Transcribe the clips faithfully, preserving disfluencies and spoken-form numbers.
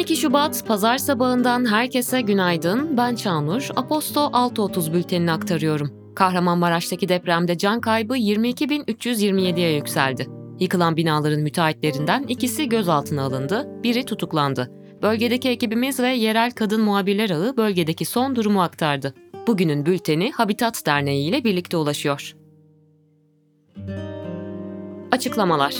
iki Şubat Pazar sabahından herkese günaydın. Ben Çağnur, Aposto altı otuz bültenini aktarıyorum. Kahramanmaraş'taki depremde can kaybı yirmi iki bin üç yüz yirmi yediye yükseldi. Yıkılan binaların müteahhitlerinden ikisi gözaltına alındı, biri tutuklandı. Bölgedeki ekibimiz ve yerel kadın muhabirler ağı bölgedeki son durumu aktardı. Bugünün bülteni Habitat Derneği ile birlikte ulaşıyor. Açıklamalar.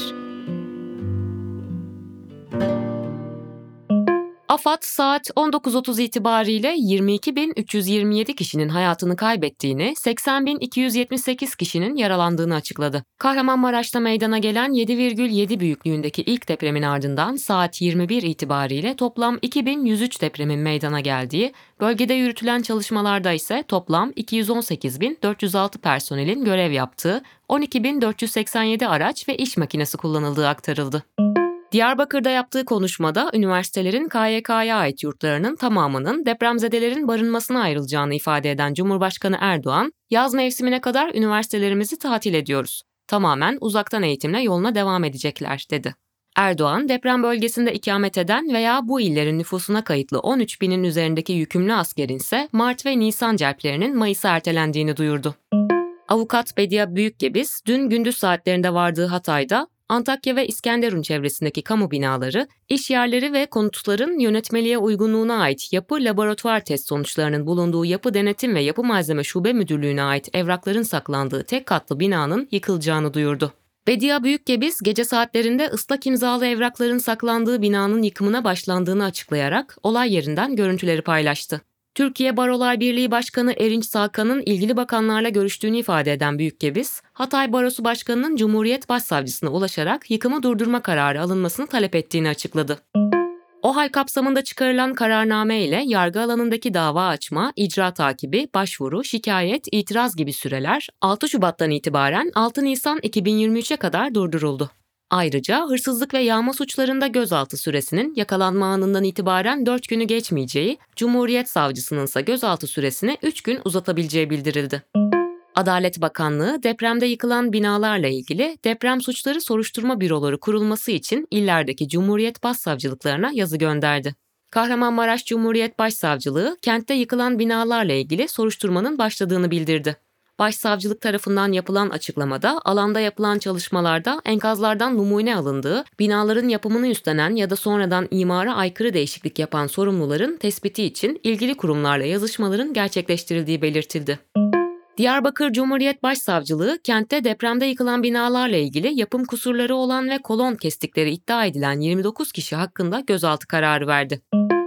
AFAD saat on dokuz otuz itibariyle yirmi iki bin üç yüz yirmi yedi kişinin hayatını kaybettiğini, seksen bin iki yüz yetmiş sekiz kişinin yaralandığını açıkladı. Kahramanmaraş'ta meydana gelen yedi virgül yedi büyüklüğündeki ilk depremin ardından saat yirmi bir itibariyle toplam iki bin yüz üç depremin meydana geldiği, bölgede yürütülen çalışmalarda ise toplam iki yüz on sekiz bin dört yüz altı personelin görev yaptığı, on iki bin dört yüz seksen yedi araç ve iş makinesi kullanıldığı aktarıldı. Diyarbakır'da yaptığı konuşmada üniversitelerin K Y K'ya ait yurtlarının tamamının depremzedelerin barınmasına ayrılacağını ifade eden Cumhurbaşkanı Erdoğan, yaz mevsimine kadar üniversitelerimizi tatil ediyoruz. Tamamen uzaktan eğitimle yoluna devam edecekler, dedi. Erdoğan, deprem bölgesinde ikamet eden veya bu illerin nüfusuna kayıtlı on üç binin üzerindeki yükümlü askerin ise Mart ve Nisan celplerinin Mayıs'a ertelendiğini duyurdu. Avukat Bediye Büyükgebiz, dün gündüz saatlerinde vardığı Hatay'da, Antakya ve İskenderun çevresindeki kamu binaları, iş yerleri ve konutların yönetmeliğe uygunluğuna ait yapı laboratuvar test sonuçlarının bulunduğu Yapı Denetim ve Yapı Malzeme Şube Müdürlüğü'ne ait evrakların saklandığı tek katlı binanın yıkılacağını duyurdu. Bediye Büyükgebiz, gece saatlerinde ıslak imzalı evrakların saklandığı binanın yıkımına başlandığını açıklayarak olay yerinden görüntüleri paylaştı. Türkiye Barolar Birliği Başkanı Erinç Salkan'ın ilgili bakanlarla görüştüğünü ifade eden Büyükgebiz, Hatay Barosu Başkanı'nın Cumhuriyet Başsavcısına ulaşarak yıkımı durdurma kararı alınmasını talep ettiğini açıkladı. OHAL kapsamında çıkarılan kararname ile yargı alanındaki dava açma, icra takibi, başvuru, şikayet, itiraz gibi süreler altı Şubat'tan itibaren altı Nisan iki bin yirmi üçe kadar durduruldu. Ayrıca hırsızlık ve yağma suçlarında gözaltı süresinin yakalanma anından itibaren dört günü geçmeyeceği, Cumhuriyet Savcısının ise gözaltı süresini üç gün uzatabileceği bildirildi. Adalet Bakanlığı, depremde yıkılan binalarla ilgili deprem suçları soruşturma büroları kurulması için illerdeki Cumhuriyet Başsavcılıklarına yazı gönderdi. Kahramanmaraş Cumhuriyet Başsavcılığı, kentte yıkılan binalarla ilgili soruşturmanın başladığını bildirdi. Başsavcılık tarafından yapılan açıklamada, alanda yapılan çalışmalarda enkazlardan numune alındığı, binaların yapımını üstlenen ya da sonradan imara aykırı değişiklik yapan sorumluların tespiti için ilgili kurumlarla yazışmaların gerçekleştirildiği belirtildi. Diyarbakır Cumhuriyet Başsavcılığı, kentte depremde yıkılan binalarla ilgili yapım kusurları olan ve kolon kestikleri iddia edilen yirmi dokuz kişi hakkında gözaltı kararı verdi.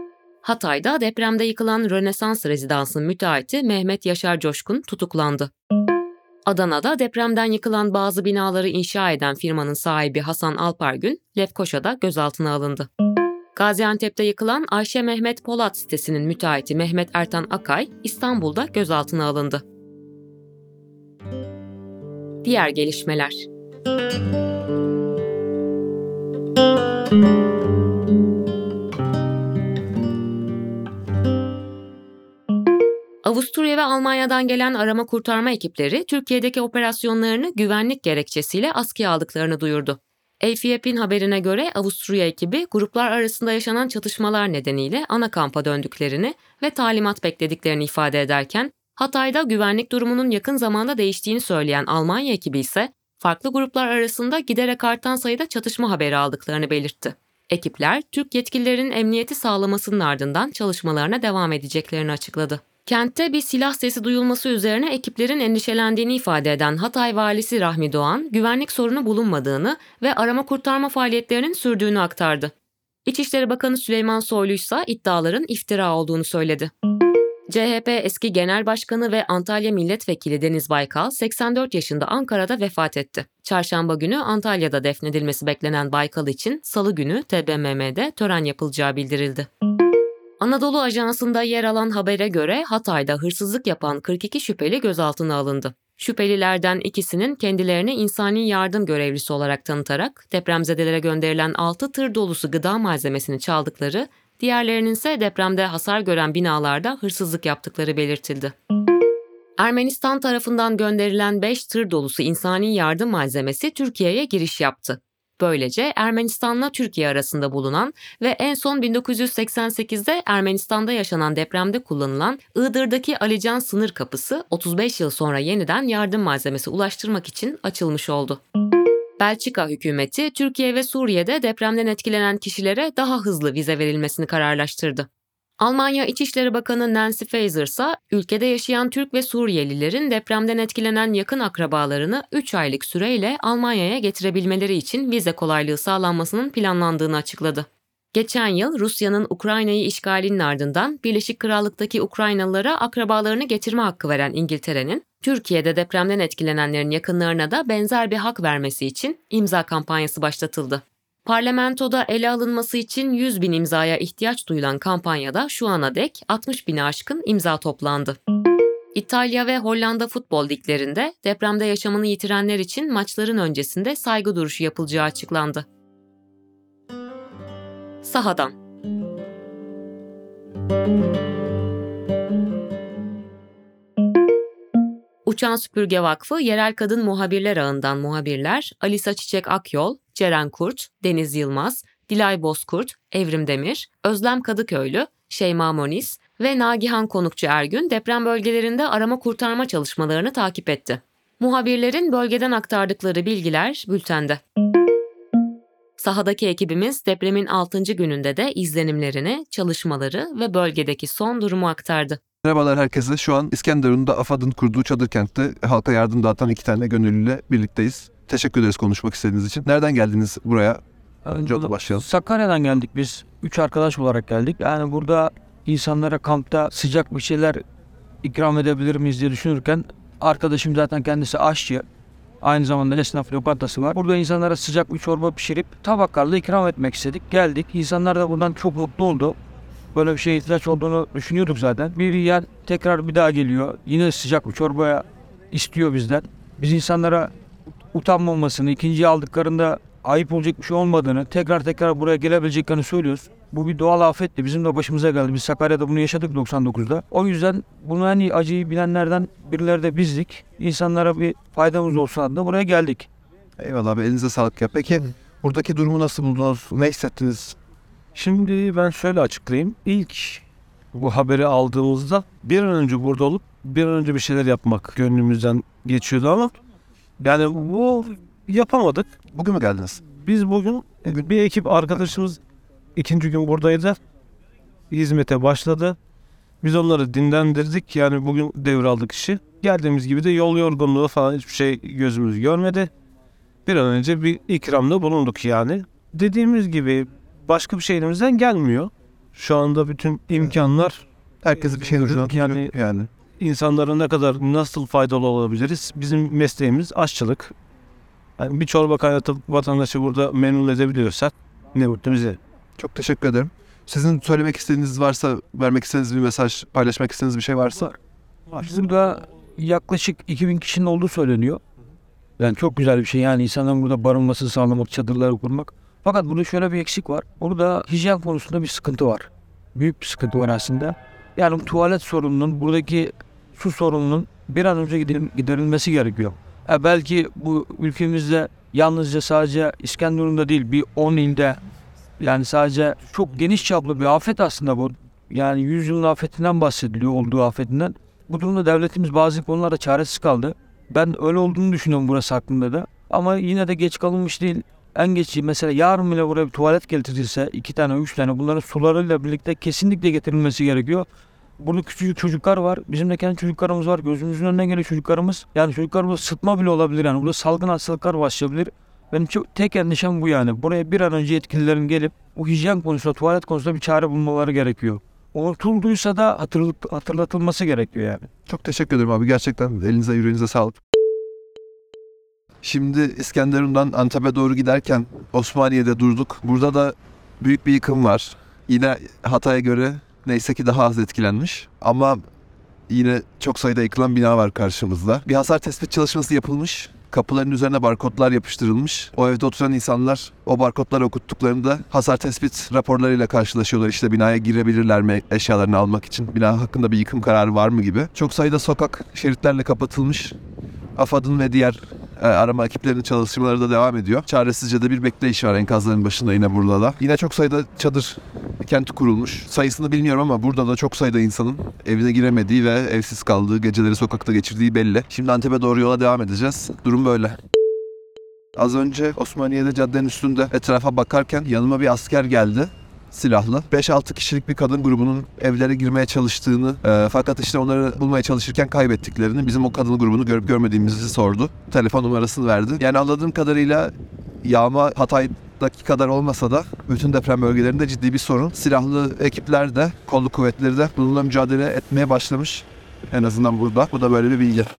Hatay'da depremde yıkılan Rönesans Rezidans'ın müteahhiti Mehmet Yaşar Coşkun tutuklandı. Adana'da depremden yıkılan bazı binaları inşa eden firmanın sahibi Hasan Alpargün, Lefkoşa'da gözaltına alındı. Gaziantep'te yıkılan Ayşe Mehmet Polat sitesinin müteahhiti Mehmet Ertan Akay, İstanbul'da gözaltına alındı. Diğer gelişmeler. Avusturya ve Almanya'dan gelen arama kurtarma ekipleri Türkiye'deki operasyonlarını güvenlik gerekçesiyle askıya aldıklarını duyurdu. A F P'in haberine göre Avusturya ekibi gruplar arasında yaşanan çatışmalar nedeniyle ana kampa döndüklerini ve talimat beklediklerini ifade ederken, Hatay'da güvenlik durumunun yakın zamanda değiştiğini söyleyen Almanya ekibi ise farklı gruplar arasında giderek artan sayıda çatışma haberi aldıklarını belirtti. Ekipler, Türk yetkililerin emniyeti sağlamasının ardından çalışmalarına devam edeceklerini açıkladı. Kentte bir silah sesi duyulması üzerine ekiplerin endişelendiğini ifade eden Hatay Valisi Rahmi Doğan, güvenlik sorunu bulunmadığını ve arama kurtarma faaliyetlerinin sürdüğünü aktardı. İçişleri Bakanı Süleyman Soylu ise iddiaların iftira olduğunu söyledi. C H P eski Genel Başkanı ve Antalya Milletvekili Deniz Baykal, seksen dört yaşında Ankara'da vefat etti. Çarşamba günü Antalya'da defnedilmesi beklenen Baykal için Salı günü T B M M'de tören yapılacağı bildirildi. Anadolu Ajansı'nda yer alan habere göre Hatay'da hırsızlık yapan kırk iki şüpheli gözaltına alındı. Şüphelilerden ikisinin kendilerini insani yardım görevlisi olarak tanıtarak depremzedelere gönderilen altı tır dolusu gıda malzemesini çaldıkları, diğerlerinin ise depremde hasar gören binalarda hırsızlık yaptıkları belirtildi. Ermenistan tarafından gönderilen beş tır dolusu insani yardım malzemesi Türkiye'ye giriş yaptı. Böylece Ermenistan'la Türkiye arasında bulunan ve en son bin dokuz yüz seksen sekizde Ermenistan'da yaşanan depremde kullanılan Iğdır'daki Alican sınır kapısı otuz beş yıl sonra yeniden yardım malzemesi ulaştırmak için açılmış oldu. Belçika hükümeti Türkiye ve Suriye'de depremden etkilenen kişilere daha hızlı vize verilmesini kararlaştırdı. Almanya İçişleri Bakanı Nancy Faeser ise ülkede yaşayan Türk ve Suriyelilerin depremden etkilenen yakın akrabalarını üç aylık süreyle Almanya'ya getirebilmeleri için vize kolaylığı sağlanmasının planlandığını açıkladı. Geçen yıl Rusya'nın Ukrayna'yı işgalinin ardından Birleşik Krallık'taki Ukraynalılara akrabalarını getirme hakkı veren İngiltere'nin, Türkiye'de depremden etkilenenlerin yakınlarına da benzer bir hak vermesi için imza kampanyası başlatıldı. Parlamentoda ele alınması için yüz bin imzaya ihtiyaç duyulan kampanyada şu ana dek altmış bini aşkın imza toplandı. İtalya ve Hollanda futbol liglerinde depremde yaşamını yitirenler için maçların öncesinde saygı duruşu yapılacağı açıklandı. Sahadan. Uçan Süpürge Vakfı Yerel Kadın Muhabirler Ağı'ndan muhabirler Alisa Çiçek Akyol, Ceren Kurt, Deniz Yılmaz, Dilay Bozkurt, Evrim Demir, Özlem Kadıköylü, Şeyma Moniz ve Nagihan Konukçu Ergün deprem bölgelerinde arama kurtarma çalışmalarını takip etti. Muhabirlerin bölgeden aktardıkları bilgiler bültende. Sahadaki ekibimiz depremin altıncı gününde de izlenimlerini, çalışmaları ve bölgedeki son durumu aktardı. Merhabalar herkese. Şu an İskenderun'da AFAD'ın kurduğu çadır kentte halka yardım dağıtan iki tane gönüllüyle birlikteyiz. Teşekkür ederiz konuşmak istediğiniz için. Nereden geldiniz buraya? Önce o da başlayalım. Sakarya'dan geldik biz. Üç arkadaş olarak geldik. Yani burada insanlara kampta sıcak bir şeyler ikram edebilir miyiz diye düşünürken arkadaşım zaten kendisi aşçı. Aynı zamanda esnaf lokantası var. Burada insanlara sıcak bir çorba pişirip tabaklarla ikram etmek istedik. Geldik. İnsanlar da buradan çok mutlu oldu. Böyle bir şeye ihtiyaç olduğunu düşünüyorduk zaten. Bir yer tekrar bir daha geliyor. Yine sıcak bir çorbaya istiyor bizden. Biz insanlara utanmamasını, ikinciyi aldıklarında ayıp olacak bir şey olmadığını, tekrar tekrar buraya gelebileceklerini söylüyoruz. Bu bir doğal afetti. Bizim de başımıza geldi. Biz Sakarya'da bunu yaşadık doksan dokuzda. O yüzden bunu en iyi acıyı bilenlerden birileri de bizdik. İnsanlara bir faydamız olsun adına buraya geldik. Eyvallah abi, elinize sağlık ya. Peki buradaki durumu nasıl buldunuz? Ne hissettiniz? Şimdi ben şöyle açıklayayım. İlk bu haberi aldığımızda bir an önce burada olup bir an önce bir şeyler yapmak gönlümüzden geçiyordu ama yani bu yapamadık. Bugün mü geldiniz? Biz bugün bir ekip arkadaşımız ikinci gün buradaydı. Hizmete başladı. Biz onları dinlendirdik. Yani bugün devraldık işi. Geldiğimiz gibi de yol yorgunluğu falan hiçbir şey gözümüz görmedi. Bir an önce bir ikramda bulunduk yani. Dediğimiz gibi başka bir şey elimizden gelmiyor. Şu anda bütün imkanlar Herkes bir şey ucuna yani, yani. insanlara ne kadar nasıl faydalı olabiliriz? Bizim mesleğimiz aşçılık. Yani bir çorba kaynatıp vatandaşı burada memnun edebiliyorsak ne mutlu bize. Çok teşekkür ederim. Sizin söylemek istediğiniz varsa, vermek istediğiniz bir mesaj, paylaşmak istediğiniz bir şey varsa. Burada yaklaşık iki bin kişinin olduğu söyleniyor. Yani çok güzel bir şey. Yani insanların burada barınmasını sağlamak, çadırları kurmak. Fakat burada şöyle bir eksik var. Burada hijyen konusunda bir sıkıntı var. Büyük bir sıkıntı var aslında. Yani tuvalet sorununun, buradaki su sorununun bir an önce giderilmesi gerekiyor. E belki bu ülkemizde yalnızca sadece İskenderun'da değil bir on ilde, yani sadece çok geniş çaplı bir afet aslında bu. Yani yüzyılın afetinden bahsediliyor, olduğu afetinden. Bu durumda devletimiz bazı konularda çaresiz kaldı. Ben öyle olduğunu düşünüyorum burası hakkında da. Ama yine de geç kalınmış değil. En geç mesela yarın bile buraya bir tuvalet getirilse iki tane üç tane bunların sularıyla birlikte kesinlikle getirilmesi gerekiyor. Burada küçücük çocuklar var. Bizim de kendi çocuklarımız var. Gözümüzün önüne gelen çocuklarımız. Yani çocuklarımızda sıtma bile olabilir. Yani burada salgın hastalıklar başlayabilir. Benim çok, tek endişem bu yani. Buraya bir an önce yetkililerin gelip bu hijyen konusunda, tuvalet konusunda bir çare bulmaları gerekiyor. Unutulduysa da hatırlat, hatırlatılması gerekiyor yani. Çok teşekkür ederim abi. Gerçekten elinize yüreğinize sağlık. Şimdi İskenderun'dan Antep'e doğru giderken Osmaniye'de durduk. Burada da büyük bir yıkım var. Yine Hatay'a göre neyse ki daha az etkilenmiş. Ama yine çok sayıda yıkılan bina var karşımızda. Bir hasar tespit çalışması yapılmış. Kapıların üzerine barkodlar yapıştırılmış. O evde oturan insanlar o barkodları okuttuklarında hasar tespit raporlarıyla karşılaşıyorlar. İşte binaya girebilirler mi eşyalarını almak için? Bina hakkında bir yıkım kararı var mı gibi. Çok sayıda sokak şeritlerle kapatılmış. AFAD'ın ve diğer E, arama ekiplerinin çalışmaları da devam ediyor. Çaresizce de bir bekleyiş var enkazların başında yine burada da. Yine çok sayıda çadır kenti kurulmuş. Sayısını bilmiyorum ama burada da çok sayıda insanın evine giremediği ve evsiz kaldığı, geceleri sokakta geçirdiği belli. Şimdi Antep'e doğru yola devam edeceğiz. Durum böyle. Az önce Osmaniye'de caddenin üstünde etrafa bakarken yanıma bir asker geldi. Silahlı. beş altı kişilik bir kadın grubunun evlere girmeye çalıştığını e, fakat işte onları bulmaya çalışırken kaybettiklerini, bizim o kadın grubunu görüp görmediğimizi sordu. Telefon numarasını verdi. Yani anladığım kadarıyla yağma Hatay'daki kadar olmasa da bütün deprem bölgelerinde ciddi bir sorun. Silahlı ekipler de, kolluk kuvvetleri de bununla mücadele etmeye başlamış. En azından burada. Bu da böyle bir bilgi.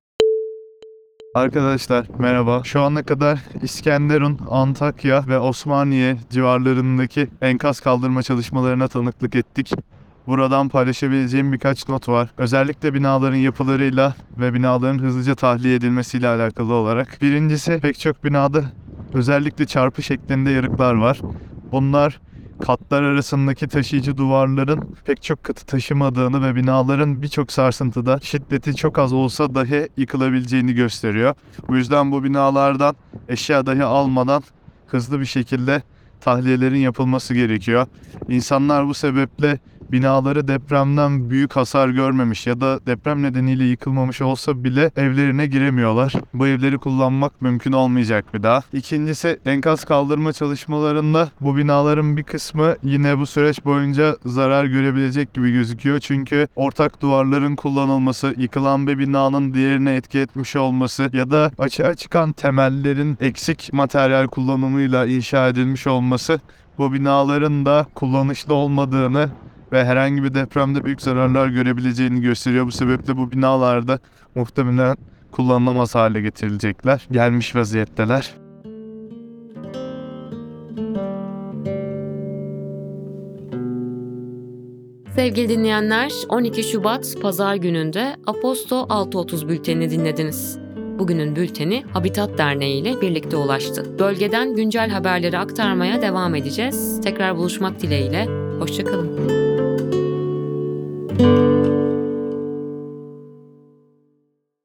Arkadaşlar merhaba. Şu ana kadar İskenderun, Antakya ve Osmaniye civarlarındaki enkaz kaldırma çalışmalarına tanıklık ettik. Buradan paylaşabileceğim birkaç not var. Özellikle binaların yapılarıyla ve binaların hızlıca tahliye edilmesiyle alakalı olarak. Birincisi, pek çok binada özellikle çarpı şeklinde yarıklar var. Bunlar katlar arasındaki taşıyıcı duvarların pek çok katı taşımadığını ve binaların birçok sarsıntıda şiddeti çok az olsa dahi yıkılabileceğini gösteriyor. Bu yüzden bu binalardan eşya dahi almadan hızlı bir şekilde tahliyelerin yapılması gerekiyor. İnsanlar bu sebeple binaları depremden büyük hasar görmemiş ya da deprem nedeniyle yıkılmamış olsa bile evlerine giremiyorlar. Bu evleri kullanmak mümkün olmayacak bir daha. İkincisi, enkaz kaldırma çalışmalarında bu binaların bir kısmı yine bu süreç boyunca zarar görebilecek gibi gözüküyor. Çünkü ortak duvarların kullanılması, yıkılan bir binanın diğerine etki etmiş olması ya da açığa çıkan temellerin eksik materyal kullanımıyla inşa edilmiş olması bu binaların da kullanışlı olmadığını ve herhangi bir depremde büyük zararlar görebileceğini gösteriyor. Bu sebeple bu binalarda muhtemelen kullanılamaz hale getirilecekler. Gelmiş vaziyetteler. Sevgili dinleyenler, on iki Şubat Pazar gününde Aposto altı otuz bültenini dinlediniz. Bugünün bülteni Habitat Derneği ile birlikte ulaştı. Bölgeden güncel haberleri aktarmaya devam edeceğiz. Tekrar buluşmak dileğiyle, hoşça kalın.